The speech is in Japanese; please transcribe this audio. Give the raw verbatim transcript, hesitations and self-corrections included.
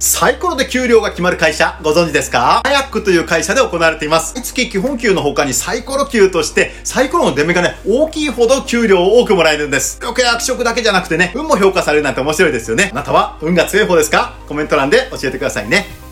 サイコロで給料が決まる会社、ご存知ですか？カヤックという会社で行われています。毎月基本給の他にサイコロ給として、サイコロの出目がね、大きいほど給料を多くもらえるんです。よく役職だけじゃなくてね、運も評価されるなんて面白いですよね。あなたは運が強い方ですか？コメント欄で教えてくださいね。